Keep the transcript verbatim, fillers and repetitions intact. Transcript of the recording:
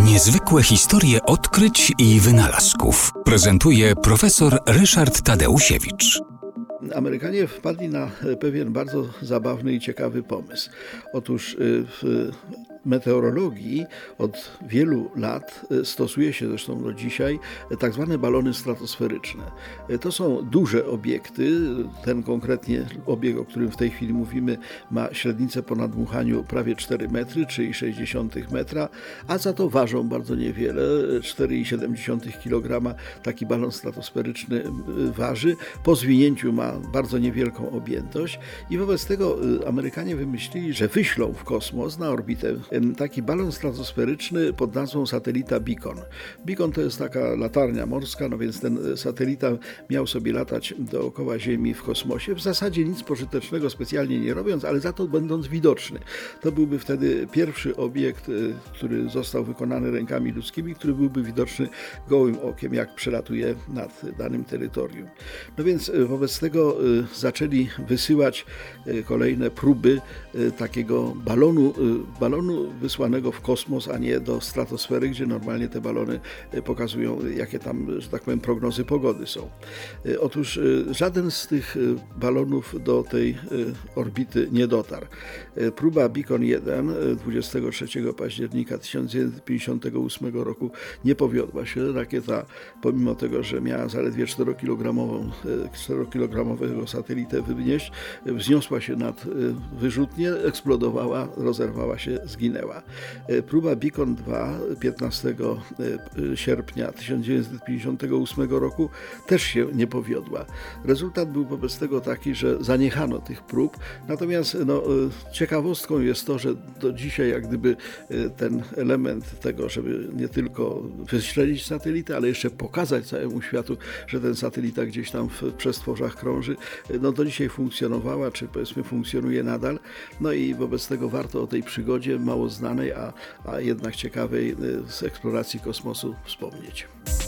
Niezwykłe historie odkryć i wynalazków prezentuje profesor Ryszard Tadeusiewicz. Amerykanie wpadli na pewien bardzo zabawny i ciekawy pomysł. Otóż w meteorologii od wielu lat stosuje się zresztą do dzisiaj tak zwane balony stratosferyczne. To są duże obiekty. Ten konkretnie obiekt, o którym w tej chwili mówimy, ma średnicę po nadmuchaniu prawie cztery metry, trzy i sześć dziesiątych metra, a za to ważą bardzo niewiele, cztery i siedem dziesiątych kilograma. Taki balon stratosferyczny waży. Po zwinięciu ma bardzo niewielką objętość i wobec tego Amerykanie wymyślili, że wyślą w kosmos na orbitę taki balon stratosferyczny pod nazwą satelita Beacon. Beacon to jest taka latarnia morska, no więc ten satelita miał sobie latać dookoła Ziemi w kosmosie, w zasadzie nic pożytecznego specjalnie nie robiąc, ale za to będąc widoczny. To byłby wtedy pierwszy obiekt, który został wykonany rękami ludzkimi, który byłby widoczny gołym okiem, jak przelatuje nad danym terytorium. No więc wobec tego zaczęli wysyłać kolejne próby takiego balonu, balonu wysłanego w kosmos, a nie do stratosfery, gdzie normalnie te balony pokazują, jakie tam, że tak powiem, prognozy pogody są. Otóż żaden z tych balonów do tej orbity nie dotarł. Próba Beacon jeden dwudziestego trzeciego października tysiąc dziewięćset pięćdziesiątego ósmego roku nie powiodła się. Rakieta, pomimo tego, że miała zaledwie czterokilogramowego satelitę wynieść, wzniosła się nad wyrzutnię, eksplodowała, rozerwała się, zginęła. Próba Beacon dwa piętnastego sierpnia tysiąc dziewięćset pięćdziesiątego ósmego roku też się nie powiodła. Rezultat był wobec tego taki, że zaniechano tych prób, natomiast no, ciekawostką jest to, że do dzisiaj jak gdyby ten element tego, żeby nie tylko wystrzelić satelitę, ale jeszcze pokazać całemu światu, że ten satelita gdzieś tam w przestworzach krąży, no do dzisiaj funkcjonowała, czy powiedzmy funkcjonuje nadal. No i wobec tego warto o tej przygodzie mało znanej, a, a jednak ciekawej z eksploracji kosmosu wspomnieć.